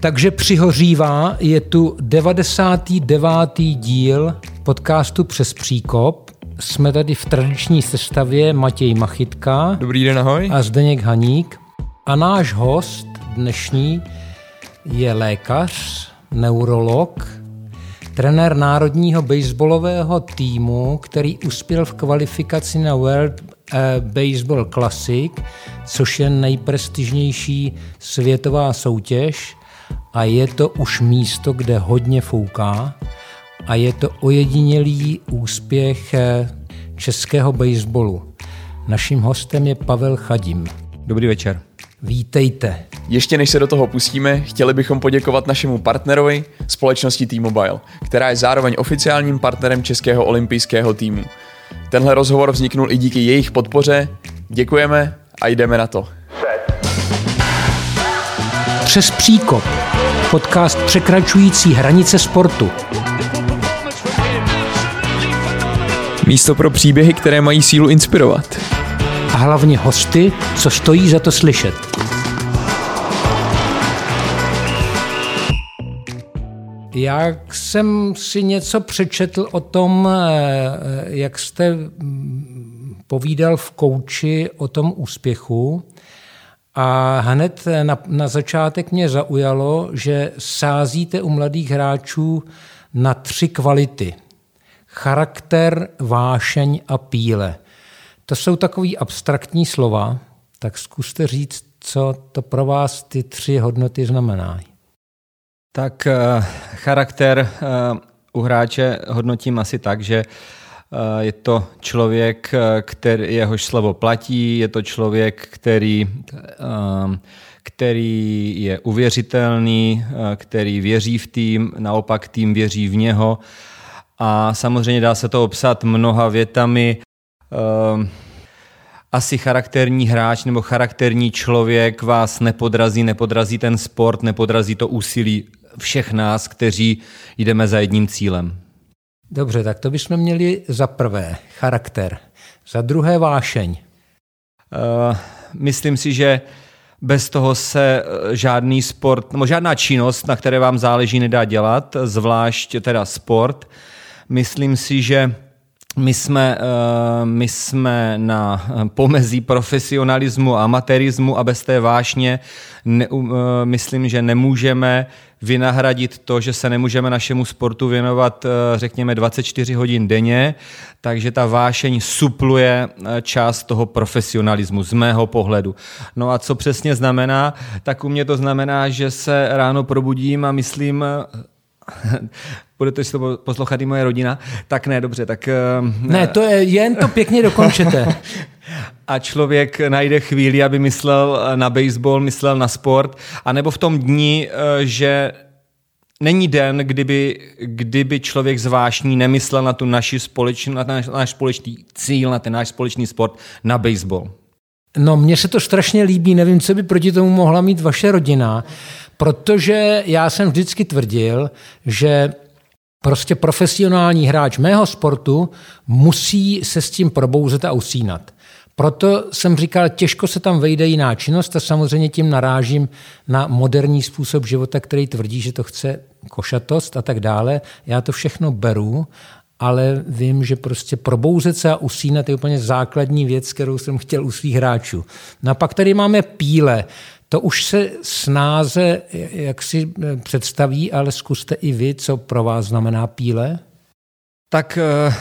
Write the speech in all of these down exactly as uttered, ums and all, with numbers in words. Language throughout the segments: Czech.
Takže přihořívá, je tu devadesátý devátý díl podcastu Přes příkop. Jsme tady v tradiční sestavě Matěj Machytka. Dobrý den, ahoj. A Zdeněk Haník. A náš host dnešní je lékař, neurolog, trenér národního baseballového týmu, který uspěl v kvalifikaci na World Baseball Classic, což je nejprestižnější světová soutěž a je to už místo, kde hodně fouká a je to ojedinělý úspěch českého baseballu. Naším hostem je Pavel Chadim. Dobrý večer. Vítejte. Ještě než se do toho pustíme, chtěli bychom poděkovat našemu partnerovi, společnosti T-Mobile, která je zároveň oficiálním partnerem českého olympijského týmu. Tenhle rozhovor vzniknul i díky jejich podpoře. Děkujeme a jdeme na to. Přes příkop. Podcast překračující hranice sportu. Místo pro příběhy, které mají sílu inspirovat. A hlavně hosty, co stojí za to slyšet. Jak jsem si něco přečetl o tom, jak jste povídal v kouči o tom úspěchu, a hned na, na začátek mě zaujalo, že sázíte u mladých hráčů na tři kvality. Charakter, vášeň a píle. To jsou takový abstraktní slova, tak zkuste říct, co to pro vás ty tři hodnoty znamená. Tak uh, charakter uh, u hráče hodnotím asi tak, že uh, je to člověk, který, jehož slovo platí, je to člověk, který, uh, který je uvěřitelný, uh, který věří v tým, naopak tým věří v něho a samozřejmě dá se to obsat mnoha větami. Uh, asi charakterní hráč nebo charakterní člověk vás nepodrazí, nepodrazí ten sport, nepodrazí to úsilí všech nás, kteří jdeme za jedním cílem. Dobře, tak to bychom měli za prvé charakter, za druhé vášeň. Uh, myslím si, že bez toho se žádný sport, nebo žádná činnost, na které vám záleží, nedá dělat, zvlášť teda sport. Myslím si, že My jsme, my jsme na pomezí profesionalismu a amatérismu a bez té vášně ne, myslím, že nemůžeme vynahradit to, že se nemůžeme našemu sportu věnovat, řekněme, dvacet čtyři hodin denně, takže ta vášeň supluje část toho profesionalismu z mého pohledu. No a co přesně znamená? Tak u mě to znamená, že se ráno probudím a myslím... Budete si to poslouchat i moje rodina? Tak ne, dobře, tak... Ne, to je, jen to pěkně dokončete. A člověk najde chvíli, aby myslel na baseball, myslel na sport, anebo v tom dni, že není den, kdyby, kdyby člověk zvášní nemyslel na tu naši společný, na náš, náš společný cíl, na ten náš společný sport, na baseball. No, mně se to strašně líbí, nevím, co by proti tomu mohla mít vaše rodina, protože já jsem vždycky tvrdil, že prostě profesionální hráč mého sportu musí se s tím probouzet a usínat. Proto jsem říkal, těžko se tam vejde jiná činnost a samozřejmě tím narážím na moderní způsob života, který tvrdí, že to chce košatost a tak dále. Já to všechno beru, ale vím, že prostě probouzet se a usínat je úplně základní věc, kterou jsem chtěl u svých hráčů. No a pak tady máme píle. To už se snáze jak si představí, ale zkuste i vy, co pro vás znamená píle. Tak eh,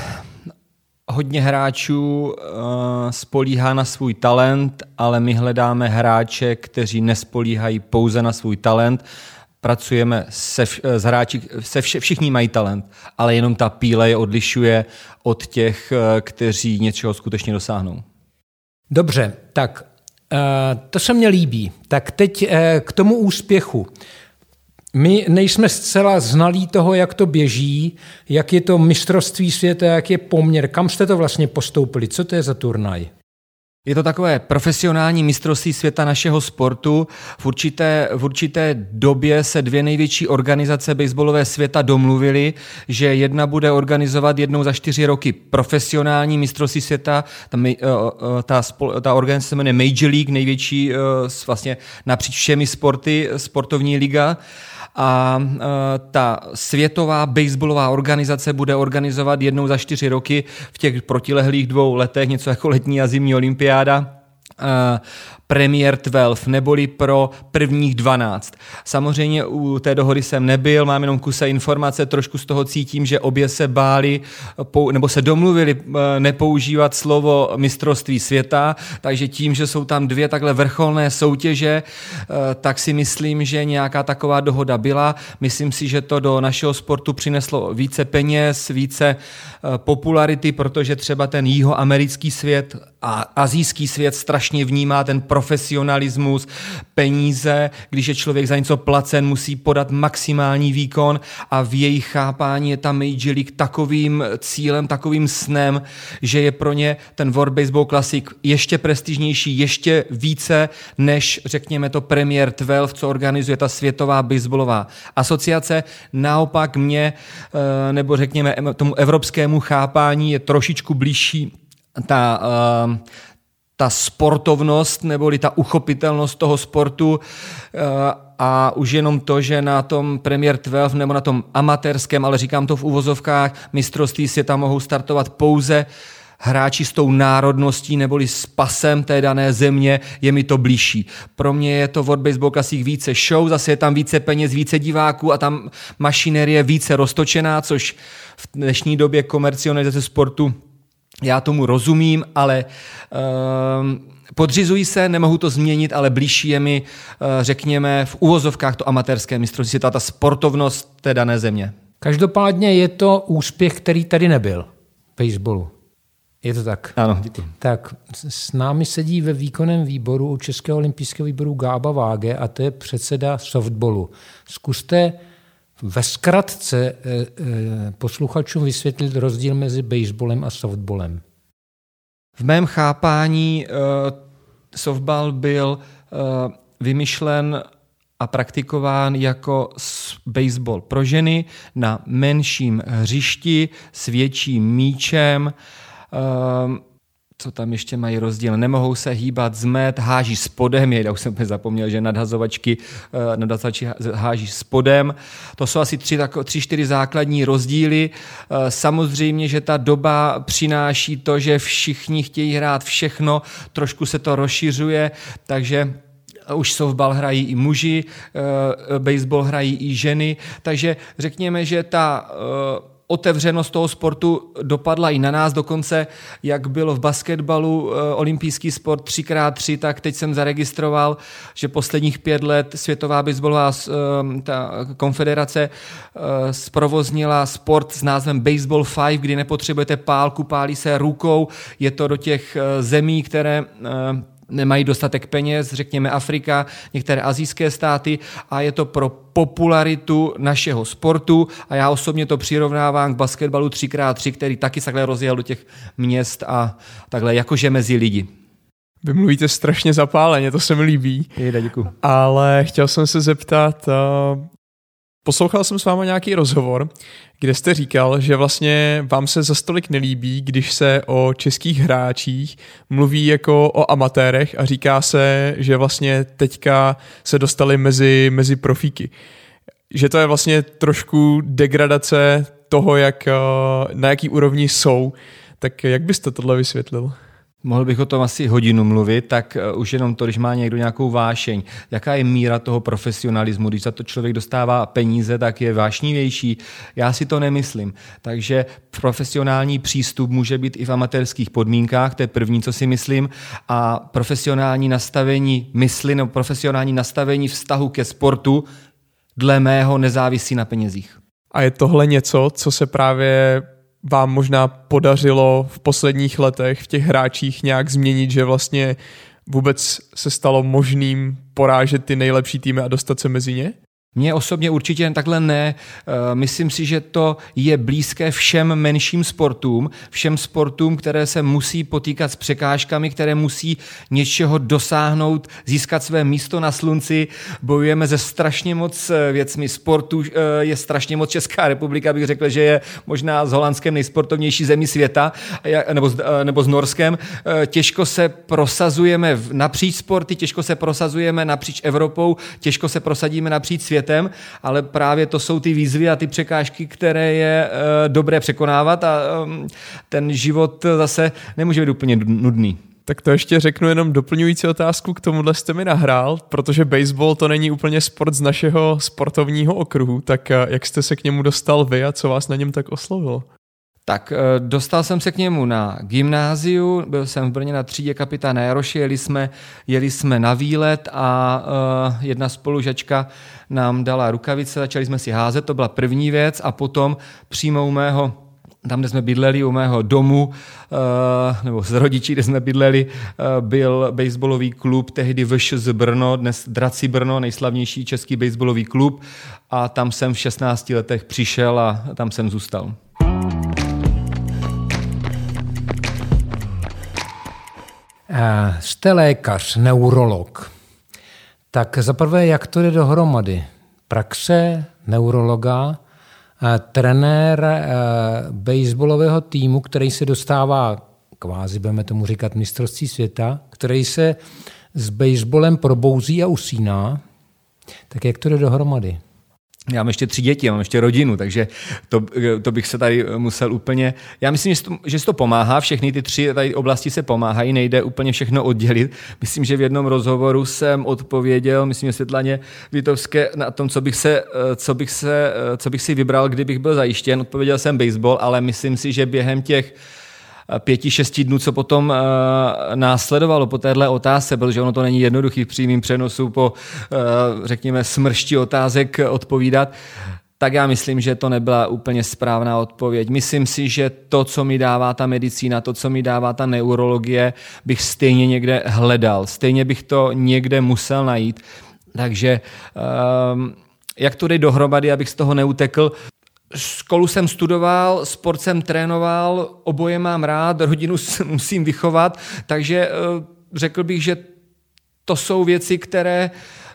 hodně hráčů eh, spolíhá na svůj talent, ale my hledáme hráče, kteří nespolíhají pouze na svůj talent. Pracujeme se, s hráči, se vše, všichni mají talent, ale jenom ta píle je odlišuje od těch, kteří něčeho skutečně dosáhnou. Dobře, tak to se mně líbí. Tak teď k tomu úspěchu. My nejsme zcela znalí toho, jak to běží, jak je to mistrovství světa, jak je poměr, kam jste to vlastně postoupili, co to je za turnaj? Je to takové profesionální mistrovství světa našeho sportu. V určité, v určité době se dvě největší organizace baseballové světa domluvily, že jedna bude organizovat jednou za čtyři roky profesionální mistrovství světa. Ta, ta, ta organizace se jmenuje Major League, největší vlastně napříč všemi sporty, sportovní liga. A e, ta světová baseballová organizace bude organizovat jednou za čtyři roky v těch protilehlých dvou letech něco jako letní a zimní olympiáda. E, Premier dvanáct, neboli pro prvních dvanáct. Samozřejmě u té dohody jsem nebyl, mám jenom kuse informace, trošku z toho cítím, že obě se báli, nebo se domluvili nepoužívat slovo mistrovství světa, takže tím, že jsou tam dvě takhle vrcholné soutěže, tak si myslím, že nějaká taková dohoda byla. Myslím si, že to do našeho sportu přineslo více peněz, více popularity, protože třeba ten jihoamerický svět a asijský svět strašně vnímá ten profesionalismus, peníze, když je člověk za něco placen, musí podat maximální výkon a v jejich chápání je ta Major League takovým cílem, takovým snem, že je pro ně ten World Baseball Classic ještě prestižnější, ještě více než, řekněme, to Premier dvanáct, co organizuje ta světová baseballová asociace. Naopak mě, nebo řekněme tomu evropskému chápání je trošičku blížší ta ta sportovnost neboli ta uchopitelnost toho sportu a už jenom to, že na tom Premier dvanáct nebo na tom amatérském, ale říkám to v uvozovkách, mistrovství světa mohou startovat pouze hráči s tou národností neboli s pasem té dané země, je mi to blížší. Pro mě je to World Baseball Classic více show, zase je tam více peněz, více diváků a tam mašinérie více roztočená, což v dnešní době komercionalizace sportu já tomu rozumím, ale uh, podřizuji se, nemohu to změnit, ale blížší je mi, uh, řekněme, v uvozovkách to amatérské mistrovství světa, ta sportovnost té dané země. Každopádně je to úspěch, který tady nebyl v baseballu. Je to tak? Ano, děkuji. Tak s námi sedí ve výkonném výboru u Českého olympijského výboru Gába Váge a to je předseda softballu. Zkuste ve zkratce e, e, posluchačům vysvětlit rozdíl mezi baseballem a softballem. V mém chápání e, softball byl e, vymyšlen a praktikován jako baseball pro ženy na menším hřišti s větším míčem. E, co tam ještě mají rozdíl? Nemohou se hýbat zmet, háží spodem, já už jsem zapomněl, že nadhazovačky, nadhazovači háží spodem. To jsou asi tři, tři, čtyři základní rozdíly. Samozřejmě, že ta doba přináší to, že všichni chtějí hrát všechno, trošku se to rozšiřuje, takže už softball hrají i muži, baseball hrají i ženy, takže řekněme, že ta otevřenost toho sportu dopadla i na nás, dokonce jak bylo v basketbalu e, olympijský sport tři krát tři, tak teď jsem zaregistroval, že posledních pět let Světová baseballová e, ta konfederace e, zprovoznila sport s názvem Baseball pět, kdy nepotřebujete pálku, pálí se rukou, je to do těch e, zemí, které e, nemají dostatek peněz, řekněme Afrika, některé asijské státy a je to pro popularitu našeho sportu a já osobně to přirovnávám k basketbalu tři krát tři, který taky se takhle rozjel do těch měst a takhle jakože mezi lidi. Vy mluvíte strašně zapáleně, to se mi líbí. Jejda, děkuji. Ale chtěl jsem se zeptat, uh, poslouchal jsem s váma nějaký rozhovor, kde jste říkal, že vlastně vám se za stolik nelíbí, když se o českých hráčích mluví jako o amatérech a říká se, že vlastně teďka se dostali mezi, mezi profíky. Že to je vlastně trošku degradace toho, jak, na jaký úrovni jsou. Tak jak byste tohle vysvětlil? Mohl bych o tom asi hodinu mluvit, tak už jenom to, když má někdo nějakou vášeň. Jaká je míra toho profesionalismu? Když za to člověk dostává peníze, tak je vášnivější. Já si to nemyslím. Takže profesionální přístup může být i v amatérských podmínkách, to je první, co si myslím. A profesionální nastavení mysli nebo profesionální nastavení vztahu ke sportu dle mého nezávisí na penězích. A je tohle něco, co se právě vám možná podařilo v posledních letech v těch hráčích nějak změnit, že vlastně vůbec se stalo možným porážet ty nejlepší týmy a dostat se mezi ně? Mně osobně určitě takhle ne. Myslím si, že to je blízké všem menším sportům, všem sportům, které se musí potýkat s překážkami, které musí něčeho dosáhnout, získat své místo na slunci. Bojujeme ze strašně moc věcmi. Sportu je strašně moc. Česká republika, bych řekl, že je možná s Holandskem nejsportovnější zemí světa, nebo, nebo s Norskem. Těžko se prosazujeme napříč sporty, těžko se prosazujeme napříč Evropou, těžko se prosadíme napříč světem. Ale právě to jsou ty výzvy a ty překážky, které je e, dobré překonávat a e, ten život zase nemůže být úplně nudný. Tak to ještě řeknu jenom doplňující otázku, k tomuhle jste mi nahrál, protože baseball to není úplně sport z našeho sportovního okruhu, tak jak jste se k němu dostal vy a co vás na něm tak oslovilo? Tak dostal jsem se k němu na gymnáziu, byl jsem v Brně na třídě kapitána Jaroše, jeli jsme, jeli jsme na výlet a uh, jedna spolužačka nám dala rukavice, začali jsme si házet, to byla první věc a potom přímo u mého, tam, kde jsme bydleli, u mého domu, uh, nebo s rodiči, kde jsme bydleli, uh, byl baseballový klub, tehdy V Š Z Brno, dnes Draci Brno, nejslavnější český baseballový klub a tam jsem v šestnácti letech přišel a tam jsem zůstal. Jste lékař, neurolog. Tak zaprvé, jak to jde dohromady? Praxe, neurologa, trenér baseballového týmu, který se dostává, kvázi budeme tomu říkat mistrovství světa, který se s baseballem probouzí a usíná. Tak jak to jde dohromady? Já mám ještě tři děti, já mám ještě rodinu, takže to, to bych se tady musel úplně... Já myslím, že to, že to pomáhá, všechny ty tři tady oblasti se pomáhají, nejde úplně všechno oddělit. Myslím, že v jednom rozhovoru jsem odpověděl, myslím, že Světlaně Vitovské, na tom, co bych, se, co, bych se, co bych si vybral, kdybych byl zajištěn. Odpověděl jsem baseball, ale myslím si, že během těch pěti, šesti dnů, co potom uh, následovalo po téhle otázce, protože ono to není jednoduchý v přímým přenosu po, uh, řekněme, smršti otázek odpovídat, tak já myslím, že to nebyla úplně správná odpověď. Myslím si, že to, co mi dává ta medicína, to, co mi dává ta neurologie, bych stejně někde hledal. Stejně bych to někde musel najít. Takže um, jak to jde dohromady, abych z toho neutekl? Školu jsem studoval, sport jsem trénoval, oboje mám rád, rodinu musím vychovat, takže řekl bych, že to jsou věci, které,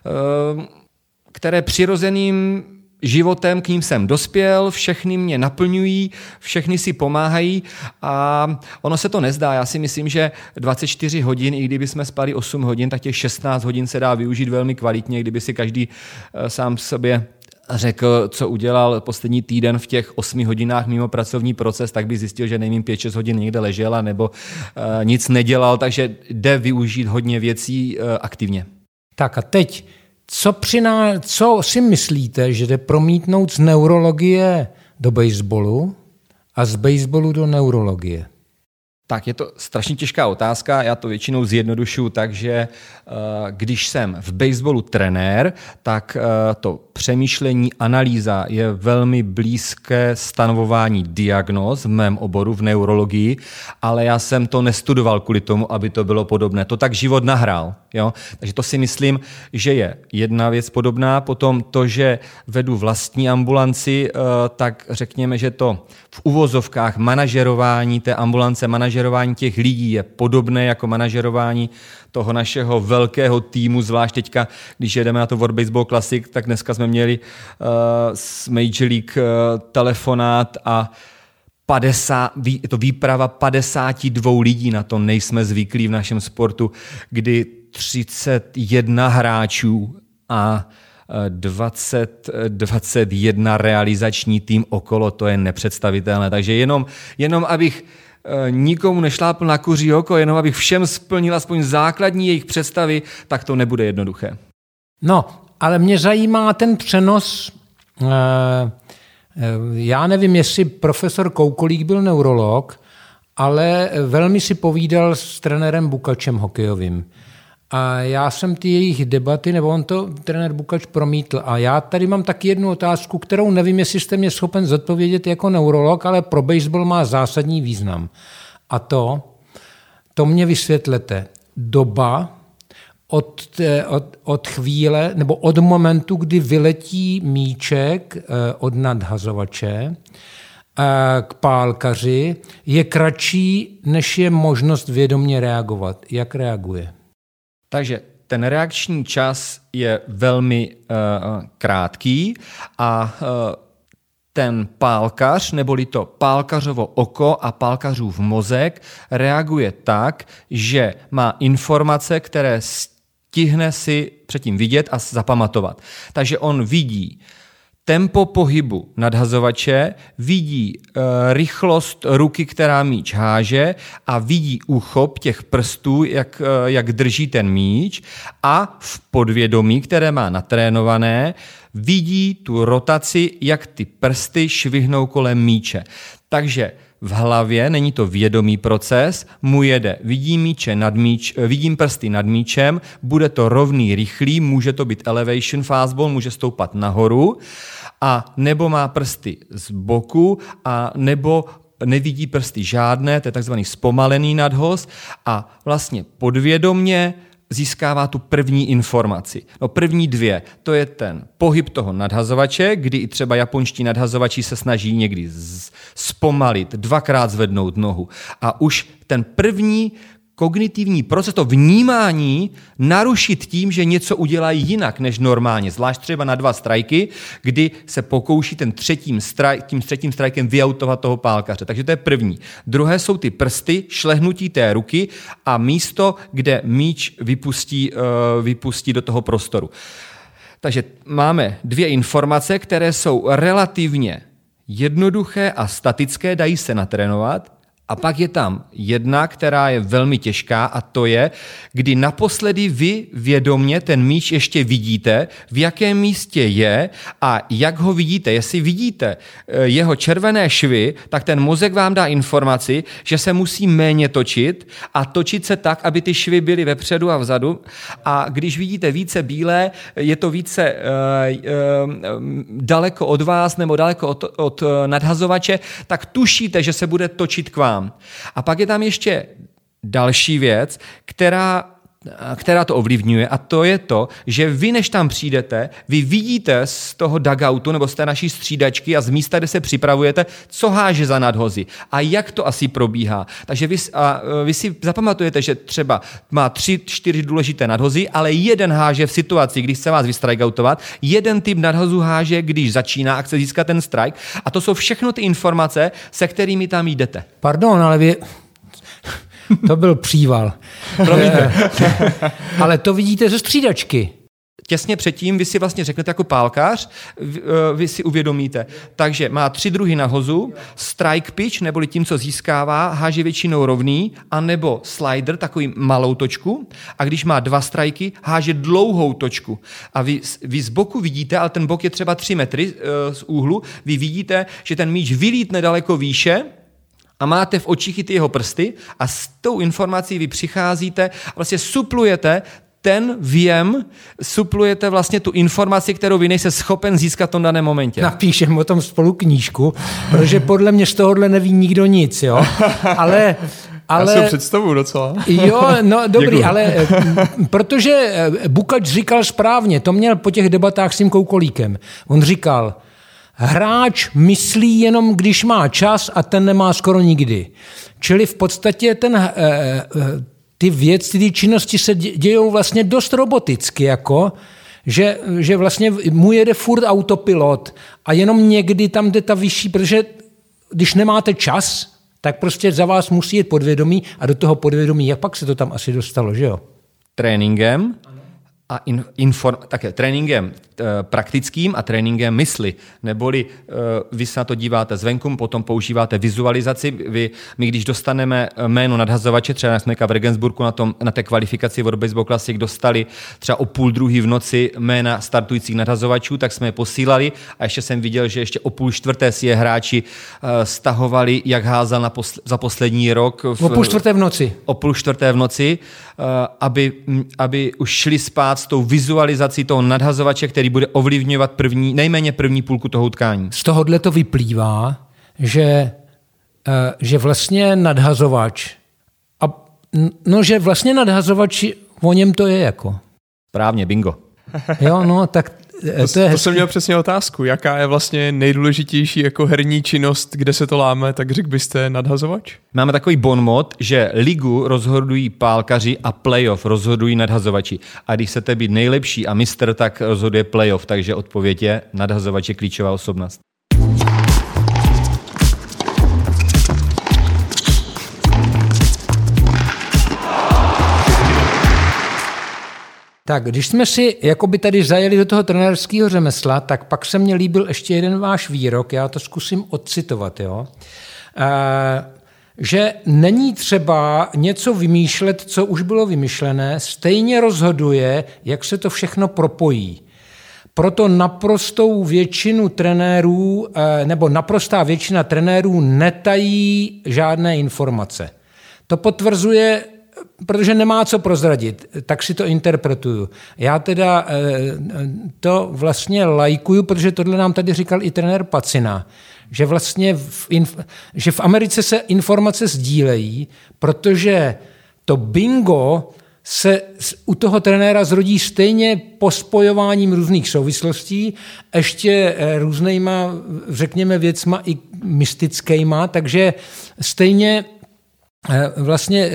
které přirozeným životem k ním jsem dospěl, všechny mě naplňují, všechny si pomáhají a ono se to nezdá. Já si myslím, že dvacet čtyři hodin, i kdyby jsme spali osm hodin, tak těch šestnáct hodin se dá využít velmi kvalitně, kdyby si každý sám sobě řekl, co udělal poslední týden v těch osmi hodinách mimo pracovní proces, tak by zjistil, že nejmín pět šest hodin někde ležel nebo uh, nic nedělal, takže jde využít hodně věcí uh, aktivně. Tak a teď, co, přiná, co si myslíte, že jde promítnout z neurologie do baseballu a z baseballu do neurologie? Tak je to strašně těžká otázka, já to většinou zjednodušuju tak, že když jsem v baseballu trenér, tak to přemýšlení, analýza je velmi blízké stanovování diagnóz v mém oboru v neurologii, ale já jsem to nestudoval kvůli tomu, aby to bylo podobné. To tak život nahrál. Jo? Takže to si myslím, že je jedna věc podobná. Potom to, že vedu vlastní ambulanci, tak řekněme, že to v uvozovkách manažerování té ambulance, manažerování těch lidí je podobné jako manažerování toho našeho velkého týmu, zvlášť teďka, když jedeme na to World Baseball Classic, tak dneska jsme měli uh, z Major League uh, telefonát a padesát, je to výprava padesáti dvou lidí, na to nejsme zvyklí v našem sportu, kdy třicet jedna hráčů a dvacet, dvacet jedna realizační tým okolo, to je nepředstavitelné. Takže jenom, jenom abych nikomu nešlápl na kuří oko, jenom abych všem splnil aspoň základní jejich představy, tak to nebude jednoduché. No, ale mě zajímá ten přenos. Já nevím, jestli profesor Koukolík byl neurolog, ale velmi si povídal s trenérem Bukačem hokejovým. A já jsem ty jejich debaty, nebo on to trenér Bukač promítl. A já tady mám taky jednu otázku, kterou nevím, jestli jste mě schopen zodpovědět jako neurolog, ale pro baseball má zásadní význam. A to, to mě vysvětlete. Doba, od, od, od chvíle nebo od momentu, kdy vyletí míček od nadhazovače k pálkaři, je kratší, než je možnost vědomě reagovat. Jak reaguje? Takže ten reakční čas je velmi uh, krátký a uh, ten pálkař, neboli to pálkařovo oko a pálkařův mozek reaguje tak, že má informace, které stihne si předtím vidět a zapamatovat. Takže on vidí tempo pohybu nadhazovače, vidí e, rychlost ruky, která míč háže a vidí úchop těch prstů, jak, e, jak drží ten míč a v podvědomí, které má natrénované, vidí tu rotaci, jak ty prsty švihnou kolem míče. Takže v hlavě, není to vědomý proces, mu jede, vidím, míče nad míč, vidím prsty nad míčem, bude to rovný, rychlý, může to být elevation fastball, může stoupat nahoru, a nebo má prsty z boku, a nebo nevidí prsty žádné, to je takzvaný zpomalený nadhoz a vlastně podvědomně získává tu první informaci. No první dvě, to je ten pohyb toho nadhazovače, kdy i třeba japonští nadhazovači se snaží někdy zpomalit, dvakrát zvednout nohu. A už ten první kognitivní proces, to vnímání narušit tím, že něco udělají jinak než normálně, zvlášť třeba na dva strajky, kdy se pokouší ten třetím straj, tím třetím strajkem vyautovat toho pálkaře. Takže to je první. Druhé jsou ty prsty, šlehnutí té ruky a místo, kde míč vypustí, uh, vypustí do toho prostoru. Takže máme dvě informace, které jsou relativně jednoduché a statické, dají se natrénovat. A pak je tam jedna, která je velmi těžká a to je, kdy naposledy vy vědomě ten míč ještě vidíte, v jakém místě je a jak ho vidíte. Jestli vidíte jeho červené švy, tak ten mozek vám dá informaci, že se musí méně točit a točit se tak, aby ty švy byly vepředu a vzadu. A když vidíte více bílé, je to více uh, uh, daleko od vás nebo daleko od, od nadhazovače, tak tušíte, že se bude točit k vám. A pak je tam ještě další věc, která, která to ovlivňuje a to je to, že vy, než tam přijdete, vy vidíte z toho dugoutu nebo z té naší střídačky a z místa, kde se připravujete, co háže za nadhozy a jak to asi probíhá. Takže vy, a vy si zapamatujete, že třeba má tři, čtyři důležité nadhozy, ale jeden háže v situaci, když chce vás vystrikeoutovat, jeden typ nadhozu háže, když začíná a chce získat ten strike a to jsou všechno ty informace, se kterými tam jdete. Pardon, ale vy... To byl příval. Ale to vidíte ze střídačky. Těsně předtím vy si vlastně řeknete jako pálkař, vy si uvědomíte. Takže má tři druhy nahozu, strike pitch, neboli tím, co získává, háže většinou rovný, anebo slider, takový malou točku. A když má dva strajky, háže dlouhou točku. A vy, vy z boku vidíte, ale ten bok je třeba tři metry z úhlu, vy vidíte, že ten míč vylítne daleko výše, a máte v očích i ty jeho prsty a s tou informací vy přicházíte a vlastně suplujete ten věm, suplujete vlastně tu informaci, kterou vy nejste schopen získat v tom daném momentě. Napíšem o tom spolu knížku, protože podle mě z tohohle neví nikdo nic, jo. Ale... Ale, já si ho představuju docela. Jo, no dobrý, děkuji. Ale protože Bukač říkal správně, to měl po těch debatách s tím Koukolíkem. On říkal... Hráč myslí jenom, když má čas a ten nemá skoro nikdy. Čili v podstatě ten, ty věci, ty činnosti se dějou vlastně dost roboticky, jako, že, že vlastně mu jede furt autopilot a jenom někdy tam jde ta vyšší, protože když nemáte čas, tak prostě za vás musí jít podvědomí a do toho podvědomí, jak pak se to tam asi dostalo, že jo? Tréninkem. A in, inform, také tréninkem e, praktickým a tréninkem mysli. Neboli e, vy se na to díváte zvenku, potom používáte vizualizaci. Vy, my když dostaneme jméno nadhazovače, třeba jsme v Regensburgu na, tom, na té kvalifikaci World Baseball Classic dostali třeba o půl druhý v noci jména startujících nadhazovačů, tak jsme je posílali a ještě jsem viděl, že ještě o půl čtvrté si je hráči e, stahovali, jak házal na posl- za poslední rok. V, o půl čtvrté v noci. O půl čtvrté v noci, e, aby, aby už šli spát s tou vizualizací toho nadhazovače, který bude ovlivňovat první, nejméně první půlku toho utkání. Z tohohle to vyplývá, že, že vlastně nadhazovač, a, no, že vlastně nadhazovač, o něm to je jako. Správně, bingo. Jo, no, tak to, to, je to jsem měl přesně otázku. Jaká je vlastně nejdůležitější jako herní činnost, kde se to láme, tak řekl byste nadhazovač? Máme takový bonmot, že ligu rozhodují pálkaři a playoff rozhodují nadhazovači. A když chcete být nejlepší a mistr, tak rozhoduje playoff, takže odpověď je nadhazovač je klíčová osobnost. Tak, když jsme si jakoby tady zajeli do toho trenérského řemesla, tak pak se mně líbil ještě jeden váš výrok, já to zkusím odcitovat, jo. E, že není třeba něco vymýšlet, co už bylo vymyšlené, stejně rozhoduje, jak se to všechno propojí. Proto naprostou většinu trenérů, e, nebo naprostá většina trenérů netají žádné informace. To potvrzuje, protože nemá co prozradit, tak si to interpretuju. Já teda to vlastně lajkuju, protože tohle nám tady říkal i trenér Pacina, že vlastně v, inf- že v Americe se informace sdílejí, protože to bingo se u toho trenéra zrodí stejně pospojováním různých souvislostí, ještě různýma, řekněme, věcma i mystickýma, takže stejně vlastně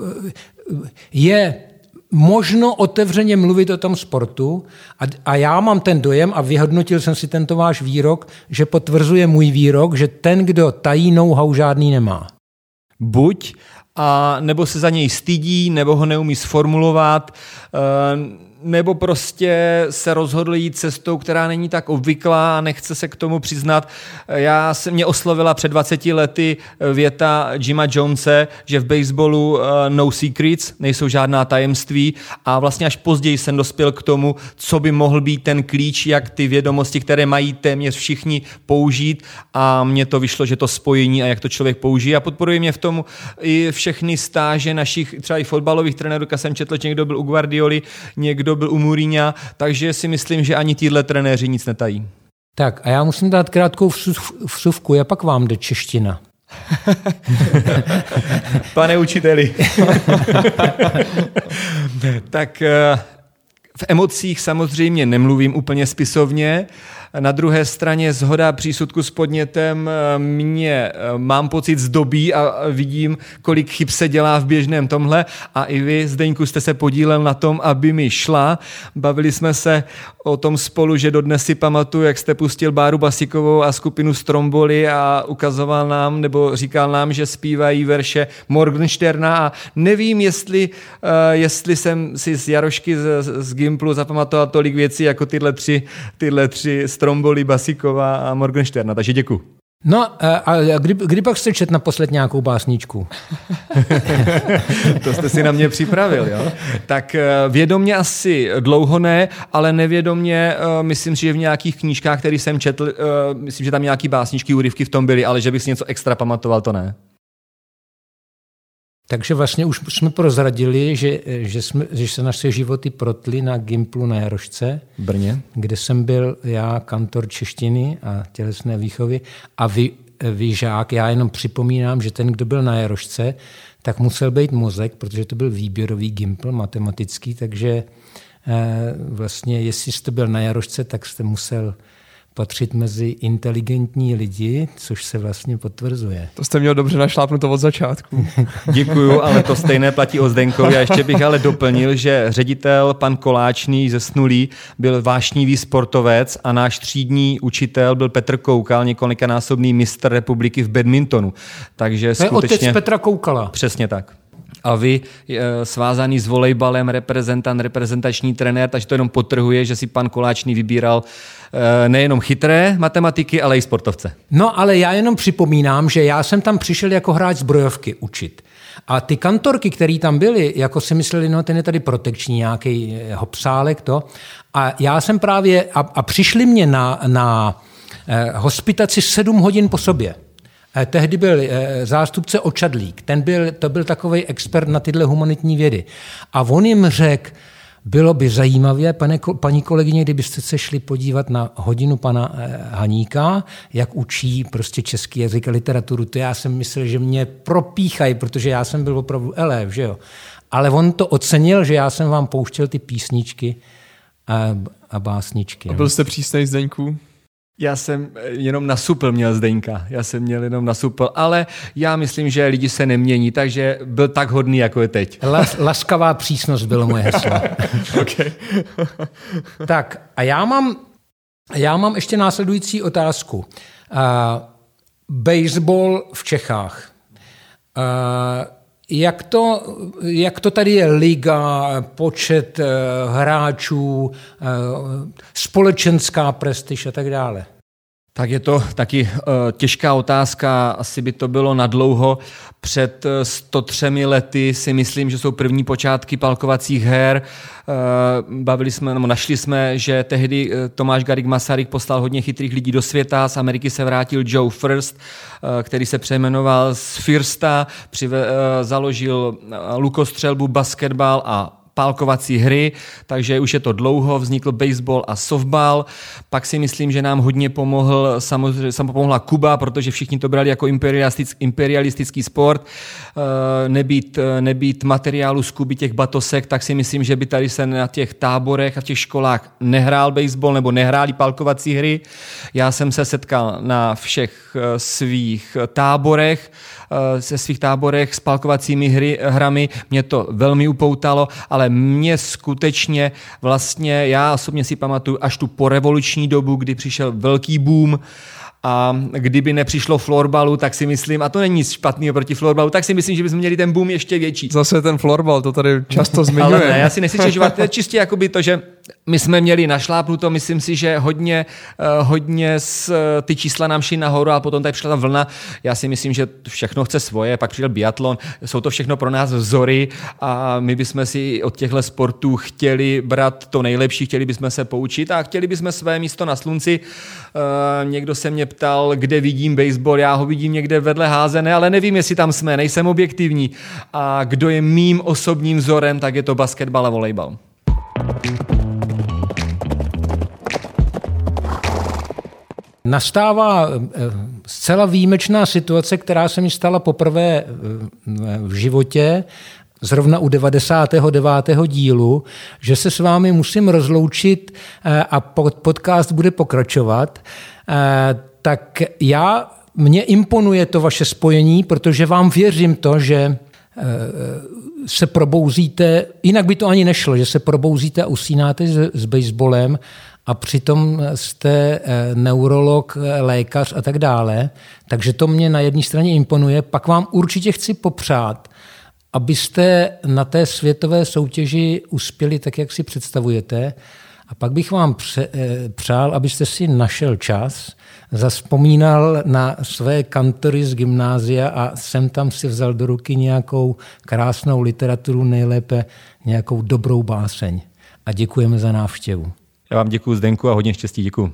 je možno otevřeně mluvit o tom sportu a, a já mám ten dojem a vyhodnotil jsem si tento váš výrok, že potvrzuje můj výrok, že ten, kdo tají know-how, žádný nemá. Buď, a nebo se za něj stydí, nebo ho neumí sformulovat, nebo prostě se rozhodl jít cestou, která není tak obvyklá a nechce se k tomu přiznat. Já se mě oslovila před dvaceti lety věta Jima Jonese, že v baseballu no secrets, nejsou žádná tajemství a vlastně až později jsem dospěl k tomu, co by mohl být ten klíč, jak ty vědomosti, které mají téměř všichni použít a mně to vyšlo, že to spojení a jak to člověk použije a podporuje mě v tom i všechny stáže našich třeba i fotbalových trenérů, jak jsem četl, že někdo byl u Guardioli, někdo byl u Mourinha, takže si myslím, že ani tíhle trenéři nic netají. Tak a já musím dát krátkou vsuvku, jak pak vám jde čeština? Pane učiteli. Tak v emocích samozřejmě nemluvím úplně spisovně. Na druhé straně zhoda přísudku s podnětem mě, mám pocit, zdobí a vidím, kolik chyb se dělá v běžném tomhle a i vy, Zdeňku, jste se podílel na tom, aby mi šla. Bavili jsme se o tom spolu, že dodnes si pamatuju, jak jste pustil Báru Basikovou a skupinu Stromboli a ukazoval nám, nebo říkal nám, že zpívají verše Morgensterna a nevím, jestli, uh, jestli jsem si z Jarošky z, z Gimplu zapamatoval tolik věcí, jako tyhle tři, tyhle tři Stromboli, Basiková a Morgensterna, takže děkuju. No a kdy, kdy pak jste četl naposled nějakou básničku? To jste si na mě připravil, jo? Tak vědomě asi dlouho ne, ale nevědomě myslím si, že v nějakých knížkách, které jsem četl, myslím, že tam nějaký básničky, úryvky v tom byly, ale že bych si něco extra pamatoval, to ne. Takže vlastně už jsme prozradili, že, že, jsme, že se naše životy protly na Gimplu na Jarošce, v Brně, kde jsem byl já kantor češtiny a tělesné výchovy a vy, vy žák. Já jenom připomínám, že ten, kdo byl na Jarošce, tak musel být mozek, protože to byl výběrový Gimpl matematický, takže eh, vlastně jestli jste byl na Jarošce, tak jste musel patřit mezi inteligentní lidi, což se vlastně potvrzuje. To jste měl dobře našlápnuto od začátku. Děkuju, ale to stejné platí o Zdenkovi. A ještě bych ale doplnil, že ředitel pan Koláčný ze Snulí byl vášnivý sportovec a náš třídní učitel byl Petr Koukal, několikanásobný mistr republiky v badmintonu. Takže to je skutečně otec Petra Koukala. Přesně tak. A vy svázaný s volejbalem, reprezentant, reprezentační trenér, takže to jenom podtrhuje, že si pan Koláčný vybíral nejenom chytré matematiky, ale i sportovce. No ale já jenom připomínám, že já jsem tam přišel jako hráč zbrojovky učit. A ty kantorky, které tam byly, jako si mysleli, no ten je tady protekční nějaký hopsálek to. A já jsem právě, a, a přišli mě na, na eh, hospitaci sedm hodin po sobě. Tehdy byl zástupce Očadlík, ten byl, to byl takovej expert na tyhle humanitní vědy. A on jim řekl, bylo by zajímavé, pane, paní kolegyně, kdybyste se šli podívat na hodinu pana Haníka, jak učí prostě český jazyk a literaturu. To já jsem myslel, že mě propíchají, protože já jsem byl opravdu elév, že jo. ale on to ocenil, že já jsem vám pouštěl ty písničky a, a básničky. A byl jste přísnej, Zdeňku? Já jsem jenom na supl měl Zdeňka, já jsem měl jenom na supl, ale já myslím, že lidi se nemění, takže byl tak hodný, jako je teď. Las, laskavá přísnost bylo moje heslo. Okay. Tak a já mám, já mám ještě následující otázku. Uh, baseball v Čechách. Uh, jak to, jak to tady je liga, počet uh, hráčů, uh, společenská prestiž a tak dále? Tak je to taky uh, těžká otázka, asi by to bylo nadlouho. Před sto třemi lety si myslím, že jsou první počátky palkovacích her. Uh, bavili jsme, nebo našli jsme, že tehdy Tomáš Garrigue Masaryk poslal hodně chytrých lidí do světa, z Ameriky se vrátil Joe First, uh, který se přejmenoval z Firsta, přive, uh, založil lukostřelbu, basketbal a pálkovací hry, takže už je to dlouho, vznikl baseball a softball. Pak si myslím, že nám hodně pomohl, samozřejmě pomohla Kuba, protože všichni to brali jako imperialistický, imperialistický sport. Nebýt, nebýt materiálu z Kuby těch batosek, tak si myslím, že by tady se na těch táborech a v těch školách nehrál baseball nebo nehráli pálkovací hry. Já jsem se setkal na všech svých táborech, se svých táborech s pálkovacími hry, hrami. Mě to velmi upoutalo, ale mě skutečně vlastně, já osobně si pamatuju až tu porevoluční dobu, kdy přišel velký boom a kdyby nepřišlo florbalu, tak si myslím, a to není nic špatného proti florbalu, tak si myslím, že bychom měli ten boom ještě větší. Zase ten florbal, to tady často zmiňujeme. Ale ne, já si nechci stěžovat, to je čistě jakoby to, že my jsme měli našlápnuto, myslím si, že hodně, hodně z, ty čísla nám šly nahoru a potom tady přišla ta vlna. Já si myslím, že všechno chce svoje, pak přišel biatlon, jsou to všechno pro nás vzory a my bychom si od těchto sportů chtěli brát to nejlepší, chtěli bychom se poučit a chtěli bychom své místo na slunci. Někdo se mě ptal, kde vidím baseball, já ho vidím někde vedle házené, ale nevím, jestli tam jsme, nejsem objektivní. A kdo je mým osobním vzorem, tak je to basketbal a volejbal. Nastává zcela výjimečná situace, která se mi stala poprvé v životě, zrovna u devadesátého devátého dílu, že se s vámi musím rozloučit a podcast bude pokračovat. Tak já, mně imponuje to vaše spojení, protože vám věřím to, že se probouzíte, jinak by to ani nešlo, že se probouzíte a usínáte s, s baseballem a přitom jste neurolog, lékař a tak dále. Takže to mě na jedné straně imponuje. Pak vám určitě chci popřát, abyste na té světové soutěži uspěli tak, jak si představujete. A pak bych vám pře- přál, abyste si našel čas, zazpomínal na své kantory z gymnázia a sem tam si vzal do ruky nějakou krásnou literaturu, nejlépe nějakou dobrou báseň. A děkujeme za návštěvu. Já vám děkuju, Zdenku, a hodně štěstí, děkuju.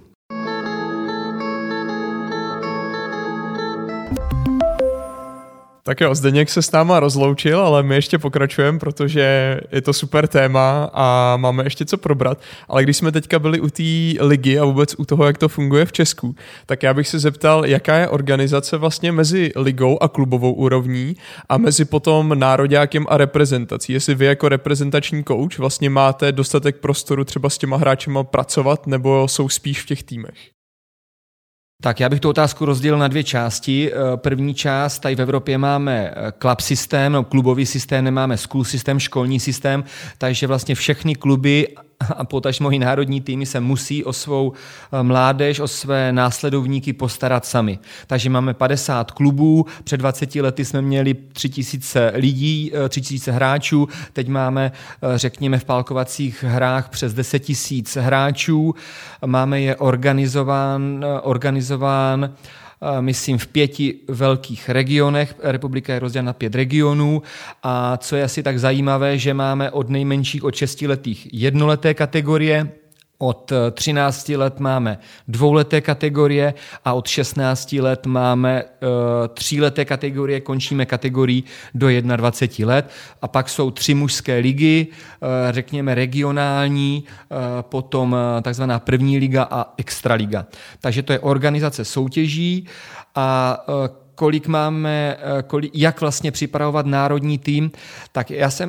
Tak jo, Zdeněk se s náma rozloučil, ale my ještě pokračujeme, protože je to super téma a máme ještě co probrat. Ale když jsme teďka byli u té ligy a vůbec u toho, jak to funguje v Česku, tak já bych se zeptal, jaká je organizace vlastně mezi ligou a klubovou úrovní a mezi potom nároďákem a reprezentací. Jestli vy jako reprezentační kouč vlastně máte dostatek prostoru třeba s těma hráčema pracovat, nebo jsou spíš v těch týmech? Tak já bych tu otázku rozdělil na dvě části. První část, tady v Evropě máme club systém, no, klubový systém, nemáme school systém, školní systém, takže vlastně všechny kluby a potažmo i národní týmy se musí o svou mládež, o své následovníky postarat sami. Takže máme padesát klubů, před dvaceti lety jsme měli tři tisíce lidí, tři tisíce hráčů, teď máme, řekněme, v pálkovacích hrách přes deset tisíc hráčů, máme je organizován, organizován myslím v pěti velkých regionech, republika je rozdělena na pět regionů a co je asi tak zajímavé, že máme od nejmenších od šestiletých jednoleté kategorie, od třinácti let máme dvouleté kategorie a od šestnácti let máme uh, tříleté kategorie, končíme kategorii do dvaceti jedna let a pak jsou tři mužské ligy, uh, řekněme regionální, uh, potom uh, takzvaná první liga a extraliga. Takže to je organizace soutěží a uh, kolik máme, uh, kolik, jak vlastně připravovat národní tým, tak já jsem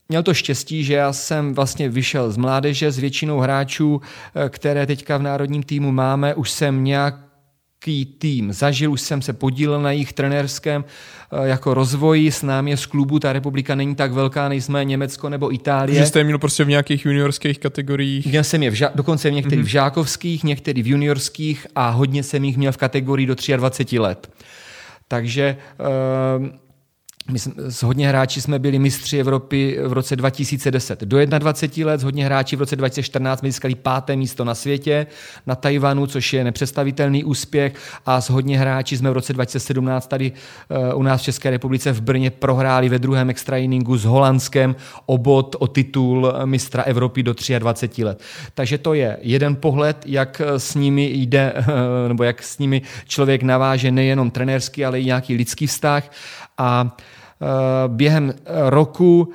měl to štěstí, že já jsem vlastně vyšel z mládeže, s většinou hráčů, které teďka v národním týmu máme, už jsem nějaký tým zažil, už jsem se podílel na jejich trenérském jako rozvoji, s námi je z klubu, ta republika není tak velká, nejsme Německo nebo Itálie. Že jste je měl prostě v nějakých juniorských kategoriích? Měl jsem je v ža- dokonce v některých mm-hmm. v žákovských, některých v juniorských a hodně jsem jich měl v kategorii do dvacet tři let. Takže uh, my jsme, s hodně hráči jsme byli mistři Evropy v roce dva tisíce deset. Do dvacet jedna let s hodně hráči v roce dva tisíce čtrnáct jsme získali páté místo na světě, na Tajvanu, což je nepředstavitelný úspěch a s hodně hráči jsme v roce dva tisíce sedmnáct tady uh, u nás v České republice v Brně prohráli ve druhém extrainingu s Holandskem o bod, o titul mistra Evropy do dvacet tři let. Takže to je jeden pohled, jak s nimi jde, nebo jak s nimi člověk naváže nejenom trenérský, ale i nějaký lidský vztah. A během roku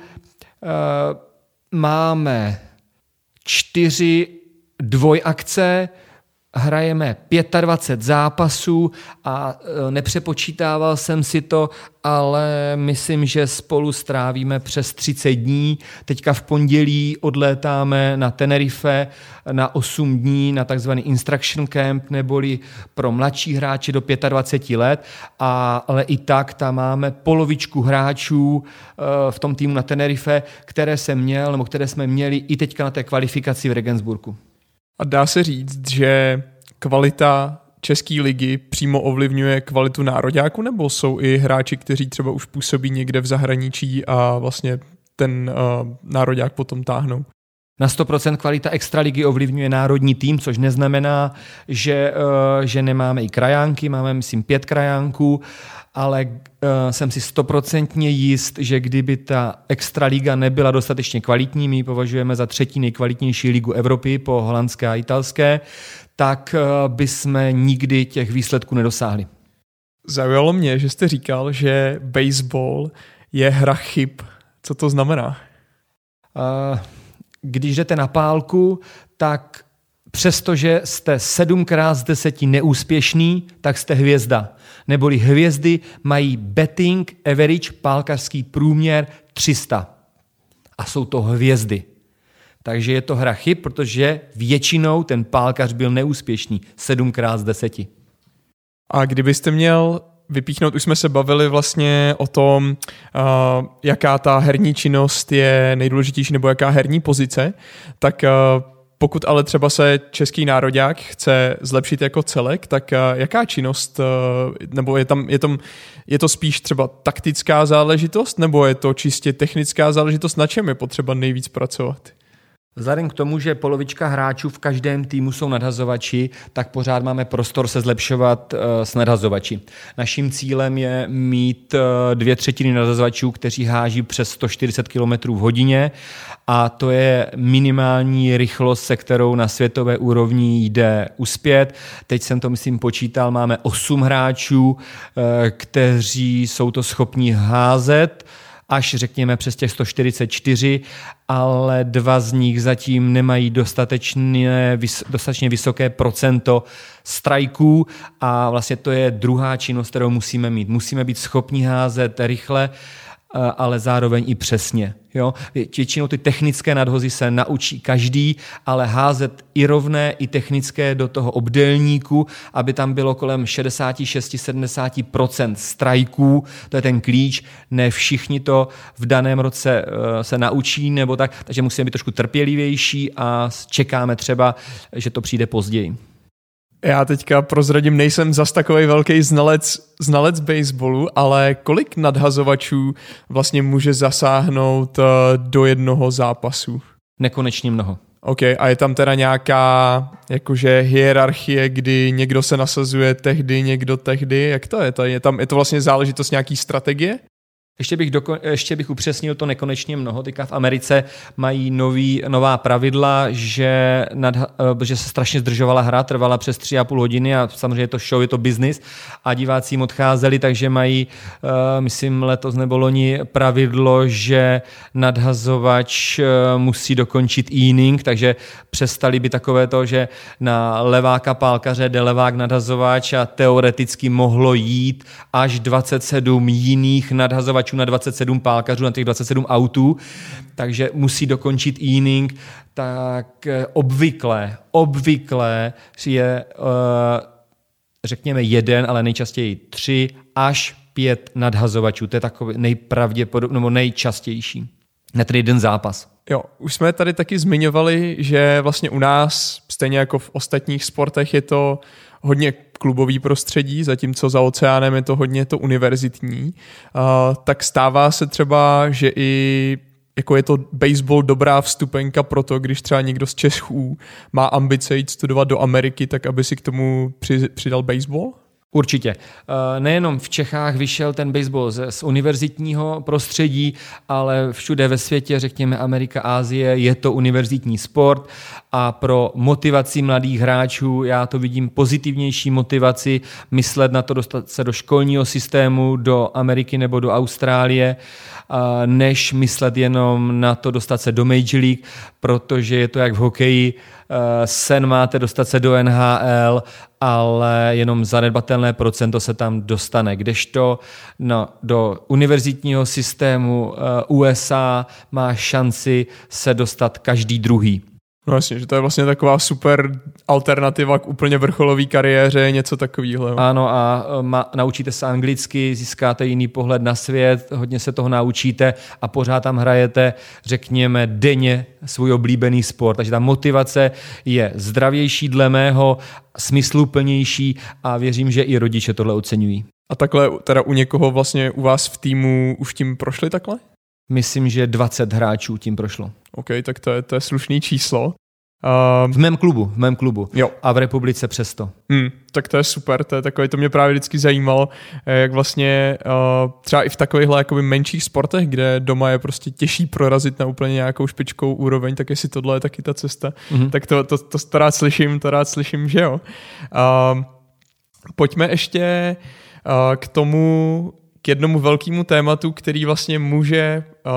máme čtyři dvojakce, hrajeme dvacet pět zápasů a nepřepočítával jsem si to, ale myslím, že spolu strávíme přes třicet dní. Teďka v pondělí odlétáme na Tenerife na osm dní na takzvaný instruction camp, neboli pro mladší hráče do dvacet pět let, a, ale i tak tam máme polovičku hráčů v tom týmu na Tenerife, které jsem měl, nebo které jsme měli i teďka na té kvalifikaci v Regensburgu. A dá se říct, že kvalita české ligy přímo ovlivňuje kvalitu nároďáku, nebo jsou i hráči, kteří třeba už působí někde v zahraničí a vlastně ten uh, nároďák potom táhnou? Na sto procent kvalita extraligy ovlivňuje národní tým, což neznamená, že, uh, že nemáme i krajánky, máme myslím pět krajánků, ale uh, jsem si stoprocentně jist, že kdyby ta extraliga nebyla dostatečně kvalitní, my ji považujeme za třetí nejkvalitnější ligu Evropy po holandské a italské, tak uh, bychom nikdy těch výsledků nedosáhli. Zaujalo mě, že jste říkal, že baseball je hra chyb. Co to znamená? Uh, Když jdete na pálku, tak přestože jste sedmkrát z deseti neúspěšný, tak jste hvězda. Neboli hvězdy mají batting average, pálkařský průměr tři sta. A jsou to hvězdy. Takže je to hra chyb, protože většinou ten pálkař byl neúspěšný sedmkrát z deseti. A kdybyste měl vypíchnout, už jsme se bavili vlastně o tom, uh, jaká ta herní činnost je nejdůležitější nebo jaká herní pozice, tak uh, pokud ale třeba se český nároďák chce zlepšit jako celek, tak uh, jaká činnost, uh, nebo je, tam, je, tam, je to spíš třeba taktická záležitost, nebo je to čistě technická záležitost, na čem je potřeba nejvíc pracovat? Vzhledem k tomu, že polovička hráčů v každém týmu jsou nadhazovači, tak pořád máme prostor se zlepšovat uh, s nadhazovači. Naším cílem je mít uh, dvě třetiny nadhazovačů, kteří háží přes sto čtyřicet kilometrů v hodině, a to je minimální rychlost, se kterou na světové úrovni jde uspět. Teď jsem to, myslím, počítal, máme osm hráčů, uh, kteří jsou to schopni házet, až řekněme přes těch sto čtyřicet čtyři, ale dva z nich zatím nemají dostatečně, dostatečně vysoké procento strajků a vlastně to je druhá činnost, kterou musíme mít. Musíme být schopni házet rychle, ale zároveň i přesně. Jo? Většinou ty technické nadhozy se naučí každý, ale házet i rovné, i technické do toho obdélníku, aby tam bylo kolem šedesát šest až sedmdesát procent strajků, to je ten klíč, ne všichni to v daném roce se naučí, nebo tak, takže musíme být trošku trpělivější a čekáme třeba, že to přijde později. Já teďka prozradím, nejsem zas takovej velký znalec, znalec baseballu, ale kolik nadhazovačů vlastně může zasáhnout do jednoho zápasu? Nekonečně mnoho. OK, a je tam teda nějaká jakože hierarchie, kdy někdo se nasazuje tehdy, někdo tehdy, jak to je? To je, tam, je to vlastně záležitost nějaký strategie? Ještě bych, doko- ještě bych upřesnil to nekonečně mnoho. Teďka v Americe mají nový, nová pravidla, že, nad, že se strašně zdržovala hra, trvala přes tři a půl hodiny a samozřejmě je to show, je to business a diváci jim odcházeli, takže mají, uh, myslím letos nebo loni, pravidlo, že nadhazovač uh, musí dokončit inning, takže přestali by takové to, že na leváka pálkaře jde levák nadhazovač a teoreticky mohlo jít až dvacet sedm jiných nadhazovačů nadhazovačů na dvacet sedm pálkařů, na těch dvacet sedm autů, takže musí dokončit inning, tak obvykle, obvykle je, řekněme, jeden, ale nejčastěji tři až pět nadhazovačů. To je takový nejpravděpodobnější, nebo nejčastější na ten jeden zápas. Jo, už jsme tady taky zmiňovali, že vlastně u nás, stejně jako v ostatních sportech, je to hodně klubový prostředí, zatímco za oceánem je to hodně to univerzitní. Uh, tak stává se třeba, že i jako je to baseball dobrá vstupenka pro to, když třeba někdo z Čechů má ambice jít studovat do Ameriky, tak aby si k tomu při, přidal baseball? Určitě. Nejenom v Čechách vyšel ten baseball z, z univerzitního prostředí, ale všude ve světě, řekněme Amerika, Asie, je to univerzitní sport a pro motivaci mladých hráčů já to vidím pozitivnější motivaci myslet na to dostat se do školního systému, do Ameriky nebo do Austrálie, než myslet jenom na to dostat se do Major League, protože je to jak v hokeji, sen máte dostat se do N H L, ale jenom zanedbatelné procento se tam dostane. Kdežto no, do univerzitního systému U S A má šanci se dostat každý druhý. No jasně, že to je vlastně taková super alternativa k úplně vrcholové kariéře, něco takového. Ano a ma, naučíte se anglicky, získáte jiný pohled na svět, hodně se toho naučíte a pořád tam hrajete, řekněme, denně svůj oblíbený sport. Takže ta motivace je zdravější dle mého, smysluplnější a věřím, že i rodiče tohle oceňují. A takhle teda u někoho vlastně u vás v týmu už tím prošli takhle? Myslím, že dvacet hráčů tím prošlo. OK, tak to je, to je slušný číslo. Uh, v mém klubu, v mém klubu. Jo. A v republice přes to. Hmm, tak to je super, to je takové, to mě právě vždycky zajímalo, jak vlastně uh, třeba i v takovýchhle jakoby menších sportech, kde doma je prostě těžší prorazit na úplně nějakou špičkou úroveň, tak jestli tohle je taky ta cesta, mm-hmm. tak to, to, to, to rád slyším, to rád slyším, že jo. Uh, pojďme ještě uh, k tomu, k jednomu velkému tématu, který vlastně může uh,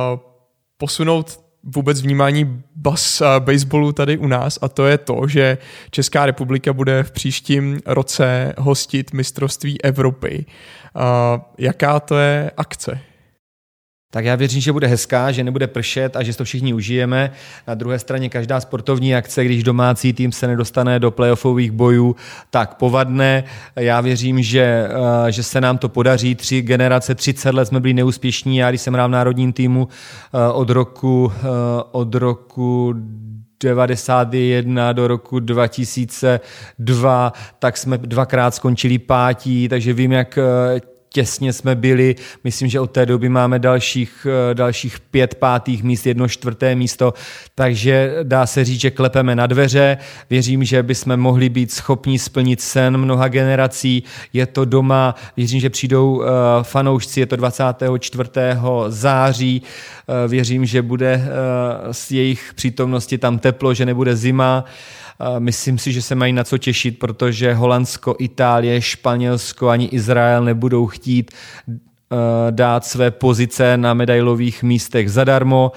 posunout vůbec vnímání bas, uh, baseballu tady u nás, a to je to, že Česká republika bude v příštím roce hostit mistrovství Evropy. Uh, jaká to je akce? Tak já věřím, že bude hezká, že nebude pršet a že to všichni užijeme. Na druhé straně každá sportovní akce, když domácí tým se nedostane do playoffových bojů, tak povadne. Já věřím, že, že se nám to podaří. Tři generace, třicet let jsme byli neúspěšní. Já, když jsem hrál v národním týmu od roku, od roku devadesát jedna do roku dva tisíce dva, tak jsme dvakrát skončili pátí, takže vím, jak těsně jsme byli, myslím, že od té doby máme dalších, dalších pět pátých míst, jedno čtvrté místo, takže dá se říct, že klepeme na dveře. Věřím, že bychom mohli být schopni splnit sen mnoha generací. Je to doma, věřím, že přijdou fanoušci, je to dvacátého čtvrtého září. Věřím, že bude z jejich přítomnosti tam teplo, že nebude zima. Myslím si, že se mají na co těšit, protože Holandsko, Itálie, Španělsko ani Izrael nebudou chtít dát své pozice na medailových místech zadarmo.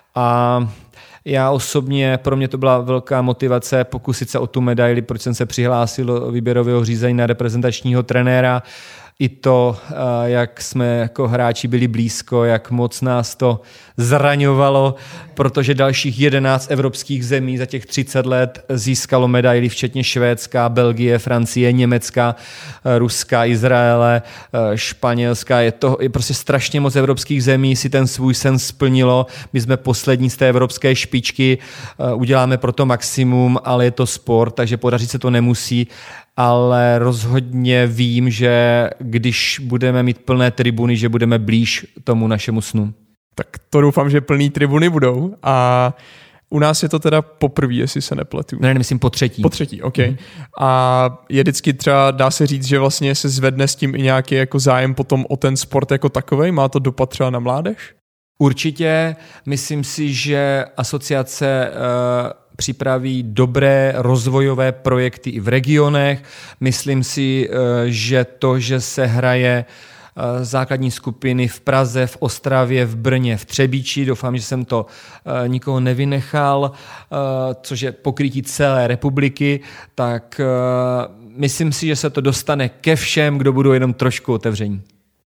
A já osobně, pro mě to byla velká motivace pokusit se o tu medaili, proč jsem se přihlásil do výběrového řízení na reprezentačního trenéra. I to, jak jsme jako hráči byli blízko, jak moc nás to zraňovalo, protože dalších jedenáct evropských zemí za těch třicet let získalo medaily, včetně Švédska, Belgie, Francie, Německa, Ruska, Izraele, Španělska. Je to je prostě strašně moc evropských zemí, si ten svůj sen splnilo. My jsme poslední z té evropské špičky, uděláme pro to maximum, ale je to sport, takže podařit se to nemusí. Ale rozhodně vím, že když budeme mít plné tribuny, že budeme blíž tomu našemu snu. Tak to doufám, že plný tribuny budou a u nás je to teda poprvé, jestli se nepletu. Ne, myslím po třetí. Po třetí, ok. Mm-hmm. A je vždycky třeba, dá se říct, že vlastně se zvedne s tím i nějaký jako zájem potom o ten sport jako takovej? Má to dopad třeba na mládež? Určitě. Myslím si, že asociace uh, připraví dobré rozvojové projekty i v regionech. Myslím si, že to, že se hraje základní skupiny v Praze, v Ostravě, v Brně, v Třebíči, doufám, že jsem to nikoho nevynechal, což je pokrytí celé republiky, tak myslím si, že se to dostane ke všem, kdo budou jenom trošku otevření.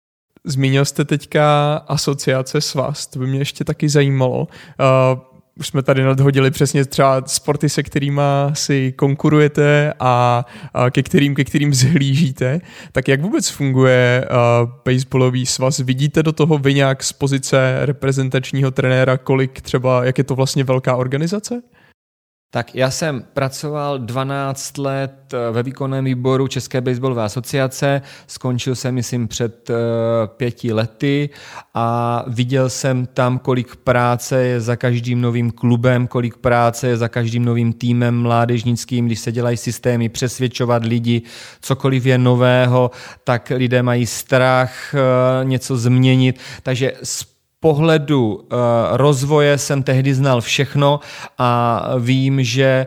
Zmínil jste teďka asociace svaz, to by mě ještě taky zajímalo. Uh, už jsme tady nadhodili přesně třeba sporty, se kterými si konkurujete a, a ke kterým, ke kterým zhlížíte. Tak jak vůbec funguje uh, baseballový svaz? Vidíte do toho vy nějak z pozice reprezentačního trenéra, kolik třeba, jak je to vlastně velká organizace? Tak já jsem pracoval dvanáct let ve výkonném výboru České baseballové asociace, skončil jsem, myslím, před pěti lety a viděl jsem tam, kolik práce je za každým novým klubem, kolik práce je za každým novým týmem mládežnickým, když se dělají systémy, přesvědčovat lidi, cokoliv je nového, tak lidé mají strach něco změnit, takže pohledu uh, rozvoje jsem tehdy znal všechno a vím, že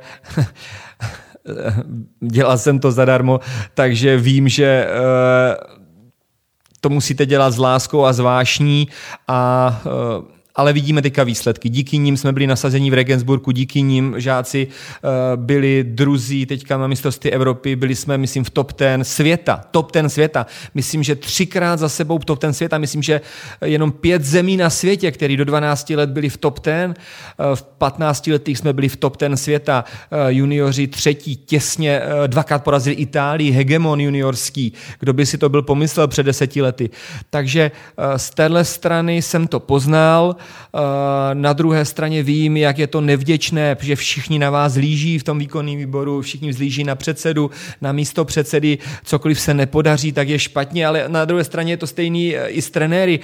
dělal jsem to zadarmo, takže vím, že uh, to musíte dělat s láskou a s vášní a uh, ale vidíme teďka výsledky. Díky nim jsme byli nasazení v Regensburgu, díky nim žáci uh, byli druzí teďka na mistrovství Evropy, byli jsme, myslím, v top ten světa. Top ten světa. Myslím, že třikrát za sebou top ten světa. Myslím, že jenom pět zemí na světě, který do dvanácti let byli v top ten. Uh, v patnácti letech jsme byli v top ten světa. Uh, junioři třetí těsně uh, dvakrát porazili Itálii, hegemon juniorský. Kdo by si to byl pomyslel před deseti lety. Takže uh, z téhle strany jsem to poznal. Na druhé straně vím, jak je to nevděčné, protože všichni na vás zlíží v tom výkonném výboru, všichni zlíží na předsedu, na místo předsedy, cokoliv se nepodaří, tak je špatně, ale na druhé straně je to stejný i s trenéry.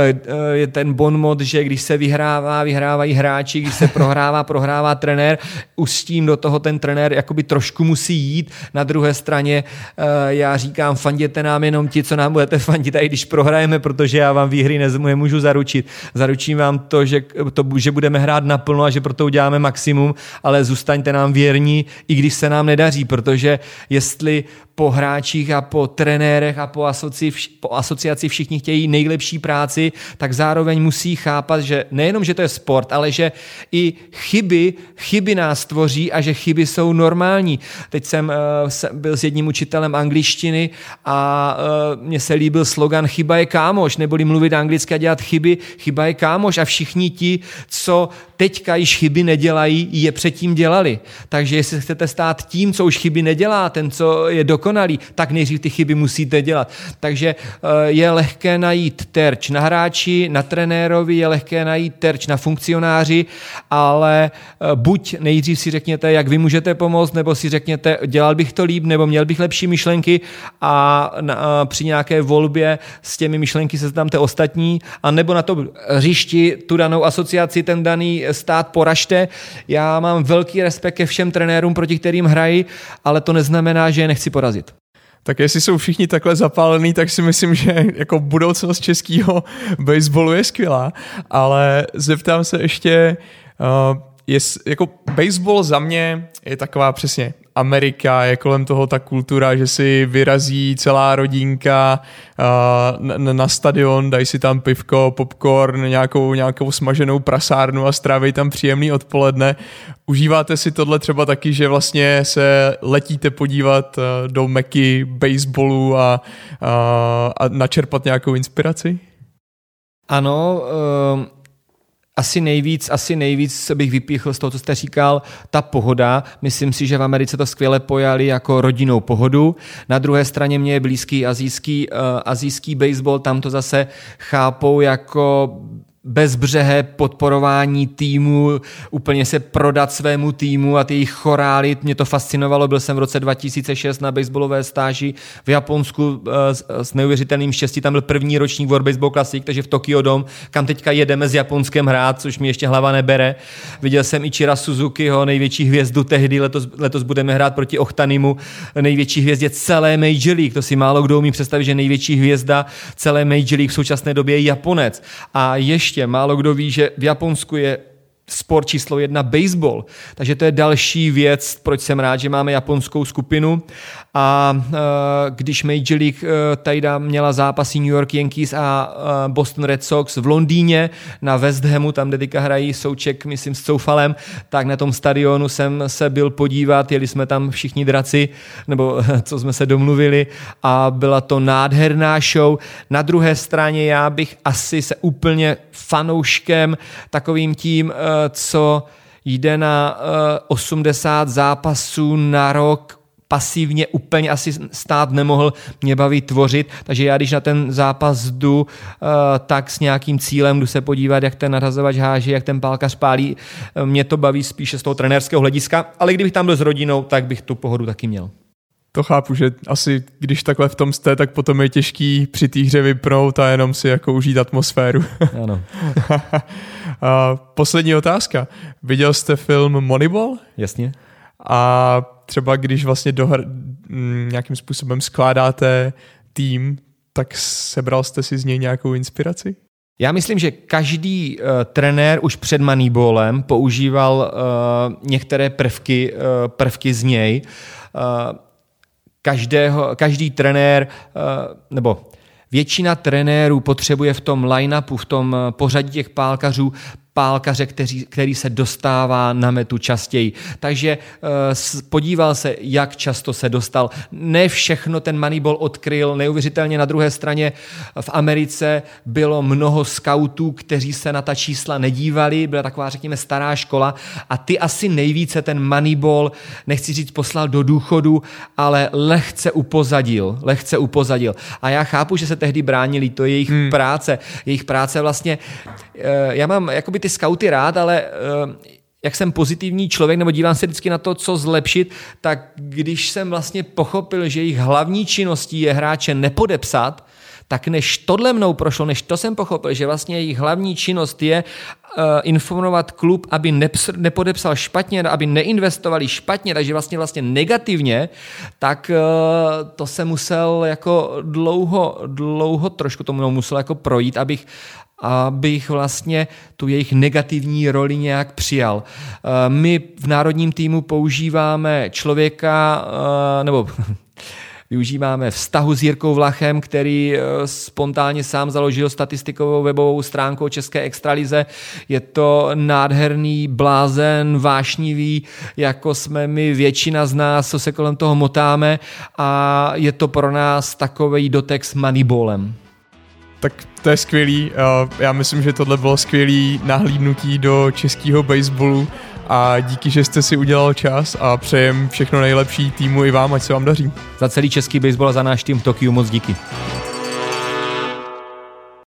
Je ten bon mot, že když se vyhrává, vyhrávají hráči, když se prohrává, prohrává trenér, už s tím do toho ten trenér jakoby trošku musí jít. Na druhé straně já říkám, fanděte nám jenom ti, co nám budete fandit, i když prohrajeme, protože já vám výhry nemůžu zaručit. Zaručím vám to, že, to, že budeme hrát naplno a že proto uděláme maximum, ale zůstaňte nám věrní, i když se nám nedaří, protože jestli po hráčích a po trenérech a po, asoci, po asociaci všichni chtějí nejlepší práci, tak zároveň musí chápat, že nejenom, že to je sport, ale že i chyby, chyby nás tvoří a že chyby jsou normální. Teď jsem uh, byl s jedním učitelem angličtiny a uh, mně se líbil slogan chyba je kámoš, neboli mluvit anglicky a dělat chyby, chyba je kámoš a všichni ti, co teďka již chyby nedělají, je předtím dělali. Takže jestli chcete stát tím, co už chyby nedělá, ten, co je dokonalý, tak nejdřív ty chyby musíte dělat. Takže je lehké najít terč na hráči, na trenérovi, je lehké najít terč na funkcionáři, ale buď nejdřív si řekněte, jak vy můžete pomoct, nebo si řekněte, dělal bych to líp, nebo měl bych lepší myšlenky a, na, a při nějaké volbě s těmi myšlenky seznamte ostatní, a nebo na to hřišti tu danou asociaci, ten daný stát poražte. Já mám velký respekt ke všem trenérům, proti kterým hrají, ale to neznamená, že je nechci porazit. Tak jestli jsou všichni takhle zapálení, tak si myslím, že jako budoucnost českého baseballu je skvělá, ale zeptám se ještě, uh, jest, jako baseball za mě je taková přesně Amerika, je kolem toho ta kultura, že si vyrazí celá rodinka uh, na, na stadion, dají si tam pivko, popcorn, nějakou, nějakou smaženou prasárnu a stráví tam příjemný odpoledne. Užíváte si tohle třeba taky, že vlastně se letíte podívat uh, do meky baseballu a, uh, a načerpat nějakou inspiraci? Ano, um... Asi nejvíc, asi nejvíc bych vypíchl z toho, co jste říkal, ta pohoda. Myslím si, že v Americe to skvěle pojali jako rodinnou pohodu. Na druhé straně mě je blízký asijský, uh, asijský baseball, tam to zase chápou jako bezbřehé podporování týmu, úplně se prodat svému týmu a ty jejich chorály. Mě to fascinovalo, byl jsem v roce dva tisíce šest na baseballové stáži v Japonsku s, s neuvěřitelným štěstí, tam byl první ročník World Baseball Classic, takže v Tokyo Dome, kam teďka jedeme s Japonskem hrát, což mi ještě hlava nebere. Viděl jsem Ichira Suzukiho, největší hvězdu tehdy, letos, letos budeme hrát proti Ohtanimu, největší hvězdě celé Major League, to si málo kdo umí představit, že největší hvězda celé Major League v současné době je Japonec. A ještě málo kdo ví, že v Japonsku je sport číslo jedna baseball. Takže to je další věc, proč jsem rád, že máme japonskou skupinu. A uh, když Major League uh, tady měla zápasy New York Yankees a uh, Boston Red Sox v Londýně na West Hamu, tam, kde teďka hrají Souček, myslím, s Coufalem, tak na tom stadionu jsem se byl podívat, jeli jsme tam všichni draci, nebo co jsme se domluvili a byla to nádherná show. Na druhé straně já bych asi se úplně fanouškem takovým tím, uh, co jde na uh, osmdesát zápasů na rok, pasivně úplně asi stát nemohl, mě baví tvořit, takže já když na ten zápas jdu, uh, tak s nějakým cílem jdu se podívat, jak ten nadhazovač háže, jak ten pálkař pálí, mě to baví spíše z toho trenérského hlediska, ale kdybych tam byl s rodinou, tak bych tu pohodu taky měl. To chápu, že asi když takhle v tom jste, tak potom je těžký při té hře vypnout a jenom si jako užít atmosféru. Ano. A poslední otázka. Viděl jste film Moneyball? Jasně. A třeba když vlastně dohr... nějakým způsobem skládáte tým, tak sebral jste si z něj nějakou inspiraci? Já myslím, že každý uh, trenér už před Moneyballem používal uh, některé prvky, uh, prvky z něj. Uh, každého, každý trenér, uh, nebo většina trenérů potřebuje v tom line-upu, v tom pořadí těch pálkařů, pálkaře, který, který se dostává na metu častěji. Takže uh, podíval se, jak často se dostal. Ne všechno ten Moneyball odkryl, neuvěřitelně na druhé straně v Americe bylo mnoho skautů, kteří se na ta čísla nedívali, byla taková, řekněme, stará škola a ty asi nejvíce ten Moneyball, nechci říct poslal do důchodu, ale lehce upozadil, lehce upozadil. A já chápu, že se tehdy bránili, to je jejich hmm. práce. Jejich práce vlastně, uh, já mám jakoby ty skauty rád, ale uh, jak jsem pozitivní člověk, nebo dívám se vždycky na to, co zlepšit, tak když jsem vlastně pochopil, že jejich hlavní činností je hráče nepodepsat, tak než tohle mnou prošlo, než to jsem pochopil, že vlastně jejich hlavní činnost je uh, informovat klub, aby nepr- nepodepsal špatně, aby neinvestovali špatně, takže vlastně vlastně negativně, tak uh, to se musel jako dlouho, dlouho trošku to mnou musel jako projít, abych abych vlastně tu jejich negativní roli nějak přijal. My v národním týmu používáme člověka, nebo využíváme vztahu s Jirkou Vlachem, který spontánně sám založil statistikovou webovou stránku o české extralize. Je to nádherný blázen, vášnivý, jako jsme my většina z nás, co se kolem toho motáme a je to pro nás takovej dotek s Moneyballem. Tak to je skvělý. Já myslím, že tohle bylo skvělý nahlídnutí do českého baseballu a díky, že jste si udělal čas a přejem všechno nejlepší týmu i vám, ať se vám daří. Za celý český baseball a za náš tým v Tokiu moc díky.